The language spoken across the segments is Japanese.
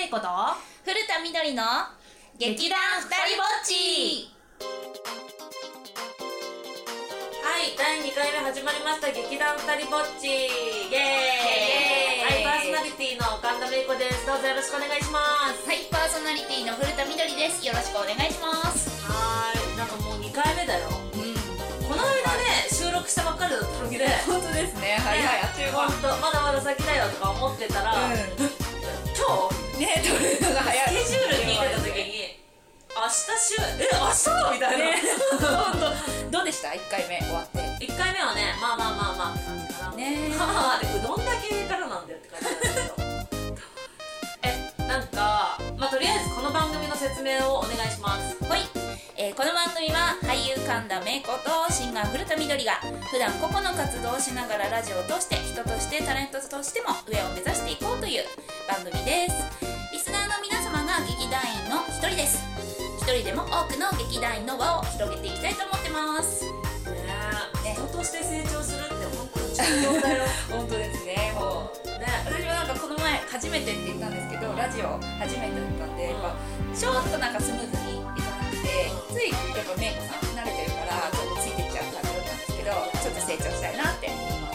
子と古田みどりの劇団ふたりぼっち。 はい、第2回目始まりました劇団ふたりぼっち。イエーイ。はい、パーソナリティの神田芽衣子です。どうぞよろしくお願いします。 はい、パーソナリティの古田みどりです。よろしくお願いします。 はい、なんかもう2回目だよ。この間ね、収録したばっかりだったのにね。 本当ですね。はいはい、あっという間。 ほんと、まだまだ先だよとか思ってたら、今日ね、撮るのが早い。 スケジュール聞いてた時に明日みたいな、ね、 どうでした？1回目終わって 1回目はね、まあって感じかな。 ねでうどんだけからなんだよって感じなんですけどなんか、とりあえずこの番組の説明をお願いします。 はい、この番組は俳優神田芽衣子とシンガー古田みどりが普段個々の活動をしながらラジオを通して人としてタレントとしても上を目指していこうという番組です。リスナーの皆様が劇団員の一人です。一人でも多くの劇団員の輪を広げていきたいと思ってます。 人として成長するって本当に重要だよ。 本当ですね。もうね、私もなんかこの前初めてって言ったんですけど、ラジオ初めてだったんで、ちょっとなんかスムーズにいかなくて、ついやっぱめいこさん慣れてるからちょっとついてっちゃう感じだったんですけど、ちょっと成長したいなって思います。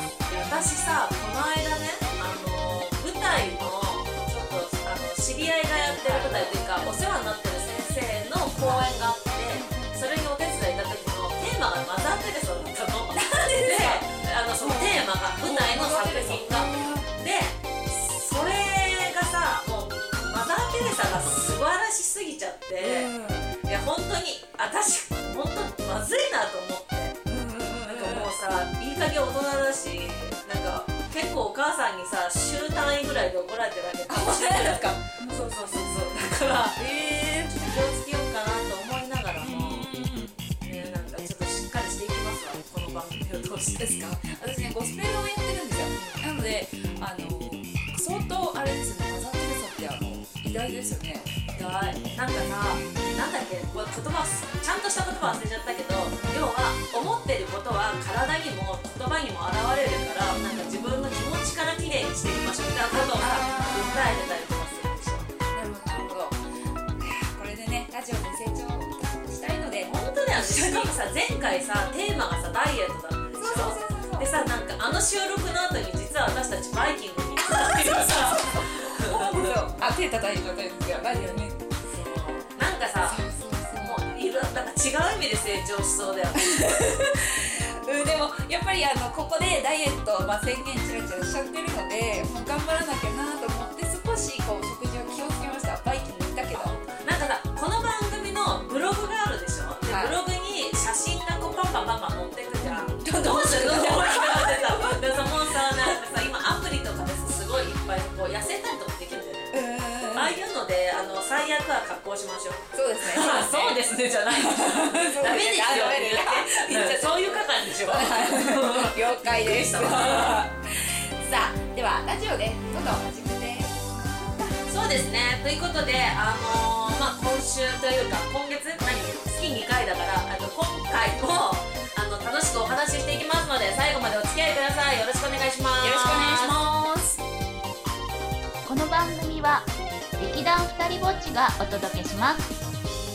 私さ、この間ね、舞台のちょっと知り合いがやってる舞台というか、お世話になってる先生の講演があって、それにお手伝いいた時のテーマがマザー・テレサだったの。で、そのテーマが舞台の作品がで、それがさ、もうマザー・テレサが素晴らしすぎちゃって、いや本当に私本当まずいなと思って、なんかもうさ、いい加減大人だし、なんか結構お母さんにさ、週単位ぐらいで怒られてるわけかもしれないですか。そうだからちょっと気をつけようかなと思いながらもね、なんかちょっとしっかりしていきますわ、この番組を通してですか。私ね、ゴスペルをやってるんですよ。なので相当あれですね、マザー・テレサって偉大ですよね。 偉大。なんかさ、なんだっけ、言葉ちゃんとした言葉忘れちゃったけど、要は思ってることは体にも言葉にも現れるから、なんか自分の気持ちからきれいにしていきましょうみたいなことをさ、訴えてたりとかするでしょ。 なるほど。これでね、ラジオで成長したいので。 本当だよね。しかもさ、前回さ、テーマがさ、ダイエットだったでしょ。でさ、なんか収録の後に実は私たちバイキングに行ったっていうさ手叩いてるんですよ、ラジオね。 なんかさ、もうなんか違う意味で成長しそうだよね。 でもやっぱりここでダイエット、宣言チラチラしちゃってるので、もう頑張らなきゃなと思って少しこう食事を気をつけました。バイキング行ったけど、 なんかさ、この番組のブログがあるでしょ。で、ブログに写真がこうパンパン載ってくじゃん。どうするの？でさ、もうさ、なんかさ、今アプリとかですごいいっぱいこう痩せたりとかできるんだよね。ああいうので最悪は格好しましょう。 そうですね。 そうですねじゃない。ダメですよってそういう係でしょ。 了解です。さあ、ではラジオでどんどん始めて。 そうですね。ということで今週というか今月月2回だから、今回も楽しくお話ししていきますので、最後までお付き合いください。よろしくお願いします。 よろしくお願いします。 この番組は劇団ふたりぼっちがお届けします。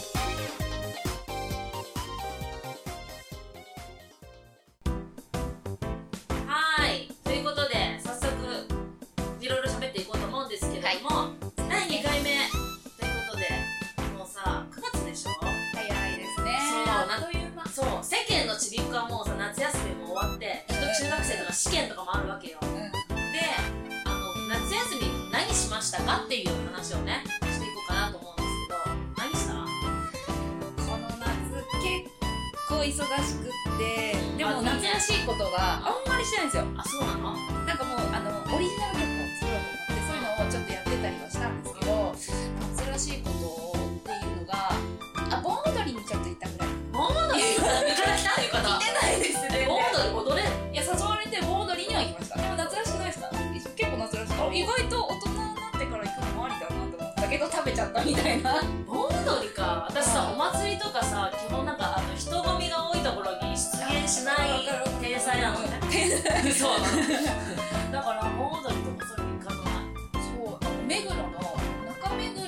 はい、ということで早速いろいろ喋っていこうと思うんですけれども、第2回目ということで、もうさ、9月でしょ。 早いですね。 そう、世間のちびっこはもうさ、夏休みも終わって中学生とか試験とかもあるわけよ。で、夏休み何しましたかっていう話をね、していこうかなと思うんですけど、何した？ この夏結構忙しくって、でも夏らしいことがあんまりしてないんですよ。 あ、そうなの？ なんかもうオリジナル曲を作ろうと思って、そういうのをちょっとやってたりはしたんですけど、夏らしいことっていうのが、盆踊りにちょっと行ったぐらい。 盆踊り？めちゃ来たいう方。 行ってないですね。 盆踊り踊れる？ いや、誘われて盆踊りには行きました。でも夏らしくないですか？結構夏らしい。意外と大人になってから行くのもありだなと思ったけど、食べちゃったみたいな。 盆踊りか。私さ、お祭りとかさ、基本なんか人混みが多いところに出現しない天才なのね。そうなの。だから盆踊りとかそれに行かない。 そう、目黒の中目黒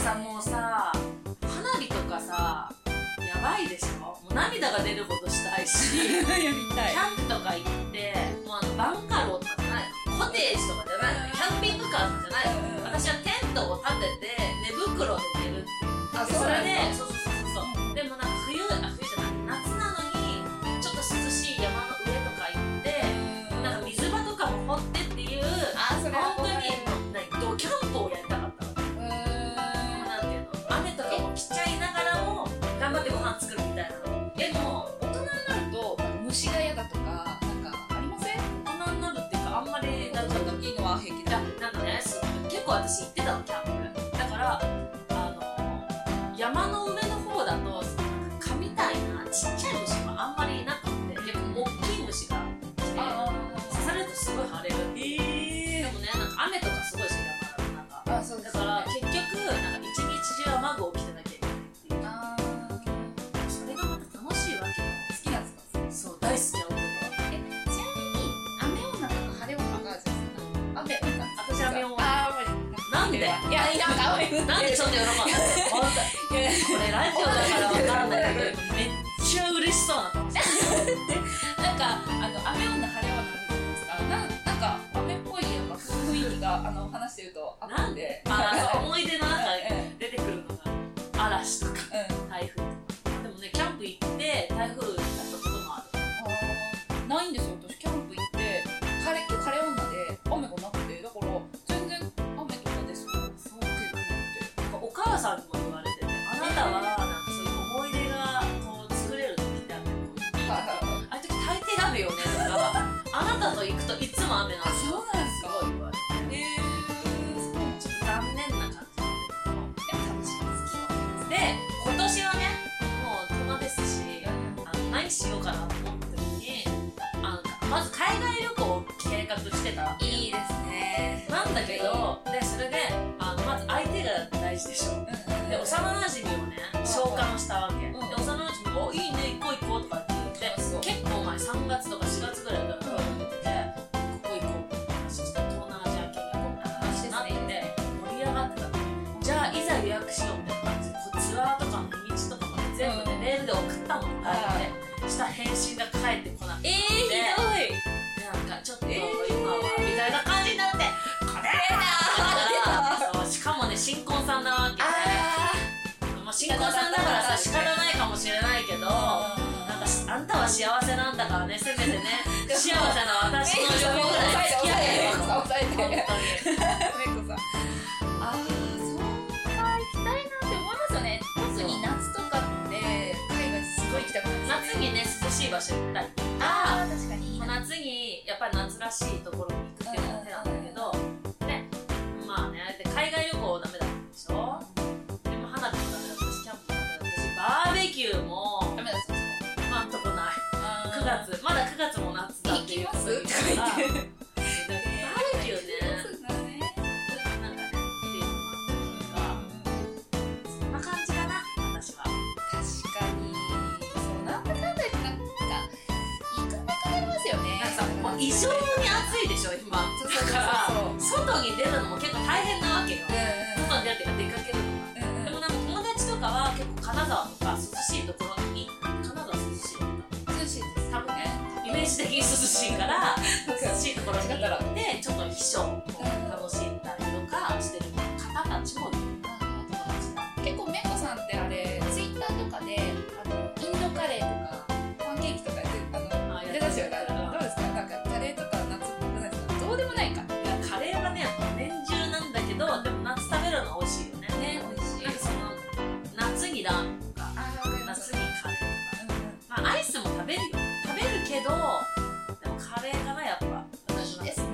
さもうさ花火とかさやばいでしょ。もう涙が出るほどしたいしやりたい。 キャンプとか行ってもうバンカローとかじゃないの、コテージとかじゃないの、キャンピングカーとかじゃないの、私はテントを立てて寝袋で寝るっていう。 あ、 でそれでそうそうでもなんか冬じゃない夏なのにちょっと涼しい山の上とか行ってなんか水場とかも掘ってっていうそれ本当にドキャンプをやりたかったの。なんていうの、雨とかも来ちゃいながらも頑張ってご飯作るみたいなの。 でも大人になると虫が嫌だとかなんかありません？ 大人になるっていうかあんまりなんかいいのは平気だ。 なんかね結構私行ってたのキャンプだから山の上の方だと蚊みたいなちっちゃい虫があんまりいなくて結構大きい虫が来て刺されるとすごい腫れる。でもねなんか雨とかすごいし山だとなんかそうですだから結局なんか一日中雨具を着てなきゃいけないっていうそれがまた楽しいわけよ。 好きなんですか？ そう大好きなことが。 ちなみに雨女とか晴れ女が雨女。 私雨女。なんで？ いやなんか雨降ってる。 なんでちょっと喜んだの？本当。これラジオだからわからないけどめっちゃ嬉しそうな顔してなんか雨女晴れ女なんですか？なんか雨っぽいなんか雰囲気が話してるとあなんで？思い出の中で出てくるのが嵐とか台風とか。でもねキャンプ行って台風だったこともある。 ないんですよ。私キャンプ行って晴れ女で雨がなくてだから全然雨とかですよ。そう結構ってお母さんにも言われててあなたはなんかそういう思い出がこう作れる時ってあってああいう時大抵雨よねとかあなたと行くといつも雨なんですよ。 そうなんですか？ すごい言われてちょっと残念な感じなんだけどでも楽しいですで今年はねもう暇ですし何しようかなと思ってるのにまず海外旅行を計画してたわけ。 いいですね。 なんだけどでそれでまず相手が大事でしょ。で幼なじみをね召喚したわけ。で幼なじみが「いいね行こう行こう」とかって言って結構前3月とか4月ぐらいから声をかけてここ行こうって話して東南アジア系に行こうみたいな話になってて盛り上がってたの。じゃあいざ予約しようみたいな感じでツアーとかの日にちとかまで全部でメールで送ったの。した返信が返ってこなくてひどい。 なんかちょっと今はみたいな感じになってこれだしかもね新婚さんなわけで新婚さんだからさ仕方ないかもしれないけどなんかあんたは幸せなんだからねせめてね幸せな私の旅行ぐらい付き合ってよ本当にメイコさんそうか行きたいなって思いますよね。特に夏とかって海外すごい行きたくなる。 夏にね涼しい場所行ったりとか確かに夏にやっぱり夏らしいところに行くっていうのが手なんだけどねまあねで海外旅行ダメだったでしょ。でも花火もダメだったしキャンプもダメだったしバーベキューもダメだったんですか？ 今んとこない9月まだ9月も夏だっていう行きますとか言ってバーベキューねなんかねっていうのがそんな感じかな私は。 確かにそうなんだかんだ言ってなんか行かなくなりますよね。 なんかさもう異常に暑いでしょ今だから外に出るのも結構大変なわけよ。外に出るっていうか出かけるのがでもなんか友達とかは結構金沢とか涼しいところに金沢涼しい涼しいです多分ねイメージ的に涼しいから涼しいところに行ってちょっと避暑を楽しんだりとかしてる方たちもいる。 結構メコさんってあれツイッターとかでインドカレーとかパンケーキとか出だしよね。どうですか？なんかカレーとか夏っぽくないですか？どうでもないか。 いやカレーはね年中なんだけどでも夏食べるの美味しいよね。 美味しい。 なんかその夏にラーメンとか夏にカレーとかまあアイスも食べるよ食べるけどでもカレーかなやっぱ私のですね。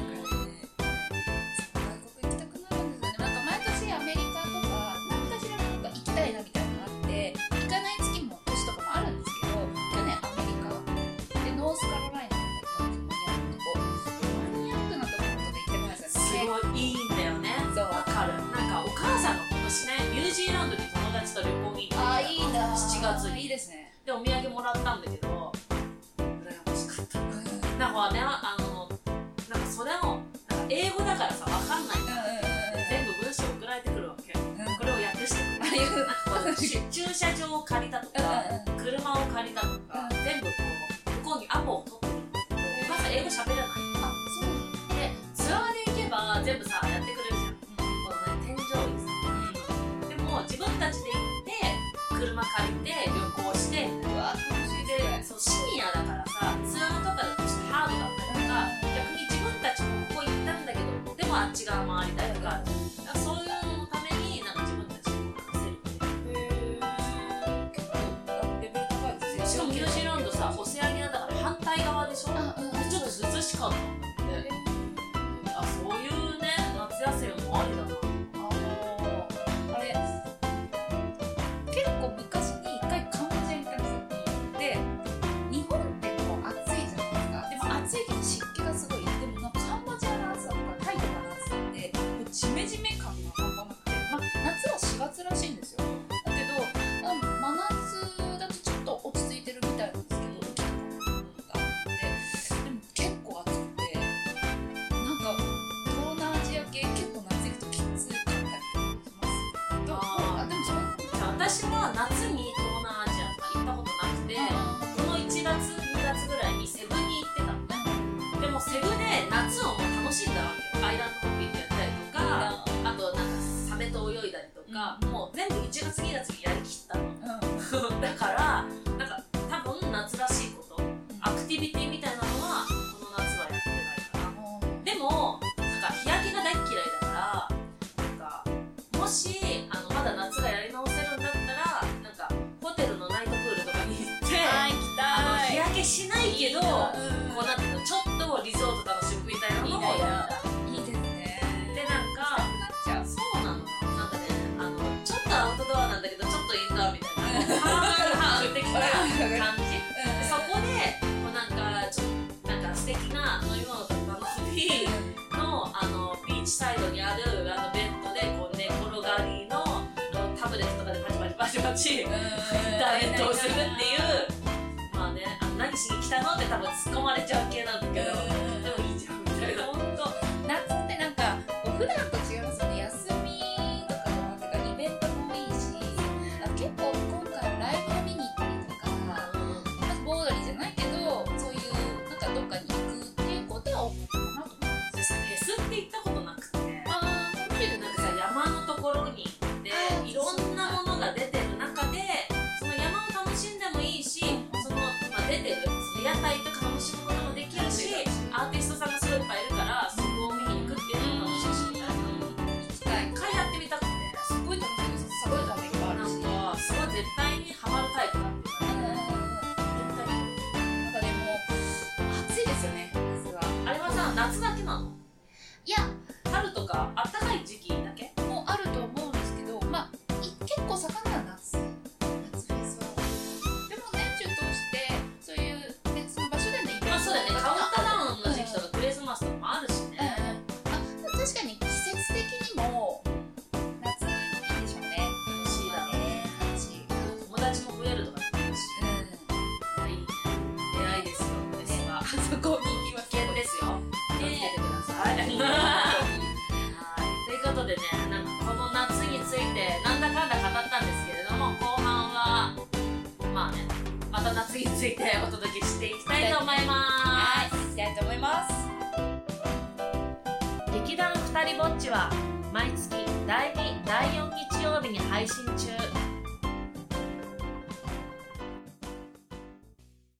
外国行きたくなるんですよね。なんか毎年アメリカとか何かしらなんか行きたいなみたいなのがあって行かない月も年とかもあるんですけど去年アメリカでノースカロライナに行ったんですよ。マニアックなところとか行きたくないですすよね。 ごいいいんだよね。 そうわかる。なんかお母さんが今年ねニュージーランドに友達と旅行に行っていいな。 7月にいいですね。 でお土産もらったんだけど羨ましかった。なんかねなんかそれをなんか英語だからさわかんないから全部文章送られてくるわけ。これを駐車場を借りたとか、車を借りたとか、全部こう向こうにアポを取ってるんですけど、お母さん英語喋らない。でツアーで行けば全部さやってくれるじゃん、このね添乗員さん。でも自分たちで行って車借りて旅行して、でそうシニアだからさ、ツアーとかだとちょっとハードだったりとか、逆に自分たちもここ行ったんだけどでもあっち側回りたいとか、そういうのためになんか自分たちも話せるっていう。 レベル高いですよ。 しかもニュージーランドさ、オセアニアだから反対側でしょ。ちょっと涼しかったんだって。あ、そういうね、夏休みもありだな。 あれ結構昔に一回カンボジアに行ったんですよ。で日本ってもう暑いじゃないですか。でも暑いけど湿気がすごい。でもなんかカンボジアの暑さとかタイとかの暑さってもうジメジメ感が半端なくて、夏は4月らしいんですよ。だけど真夏だとちょっと落ち着いてるみたいなんですけど、雨季とかがあってでも結構暑くて、なんか東南アジア系結構夏行くときつかったりとかします。でも私は夏に東南アジアとか行ったことなくて、この1月2月ぐらいにセブに行ってたのね。でもセブで夏をもう楽しんだわけよ。アイランドホッピングやったりとか、あとなんかサメと泳いだりとか、もう全部1月2月にやりきったの。だからなんか多分夏らしいこと、アクティビティみたいなのはこの夏はやってないかな。でもなんか日焼けが大っ嫌いだから、なんかもしまだ夏がやり直せるんだったら、なんかホテルのナイトプールとかに行って、日焼けしないけど、こうなんていうの、ちょっとリゾート楽しむみたいなのもやった。 いいですね。 でなんかそうなの、なんかね、ちょっとアウトドアなんだけどちょっとインドアみたいな、ハーフ的な感じ。でそこでこうなんかちょっとなんか素敵な飲み物とか飲みのビーチサイドにあるベッドでこう寝転がりのタブレットとかでパチパチパチパチダイエットをするっていう、まあね、何しに来たのって多分突っ込まれちゃう系なんだけど、でもいいじゃんみたいな。 本当夏ってなんか普段と違いますよね。休みとかもなんかイベントもいいし、結構今回ライブを見に行ったりとか、ボードリーじゃないけどそういうなんかどっかに行くっていうことは多いかなと思います。 フェスって行ったことなくて、 楽しいですね。 なんかさ、山のところに行っていろんなものが出てる中で、その山を楽しんでもいいし、その、出てるその屋台とか楽しむこともできるし、アーティストさんがすごいいっぱいいるからそこを見に行くっていうのも楽しいしみたいな。一回やってみたくて、 すごい楽しいです。すごいためがあるし、 なんかすごい絶対にハマるタイプだっていうか、 なんかでも暑いですよね、夏は。 あれはさ、夏だけなの？ いや春とかあったかい時期だけ？ もうあると思うんですけど、結構盛んな夏フェスは。でも年中通してそういう別の場所でのイベント、 そうだよね、カウントダウンの時期とかクリスマスとかもあるしね。 確かに季節的にも夏いいでしょうね。 楽しいだろうね。友達も増えるとかって言うし、いいね、出会いですよ、フェスは。 そこに行きます。 危険ですよ、気をつけてください。ということでね、なんかこの夏についてなんだかんだ語ったんですけれども、後半はまあね、また夏についてお届けしていきたいと思います。 いきたいと思います。 劇団ふたりぼっちは毎月第2、第4日曜日に配信中。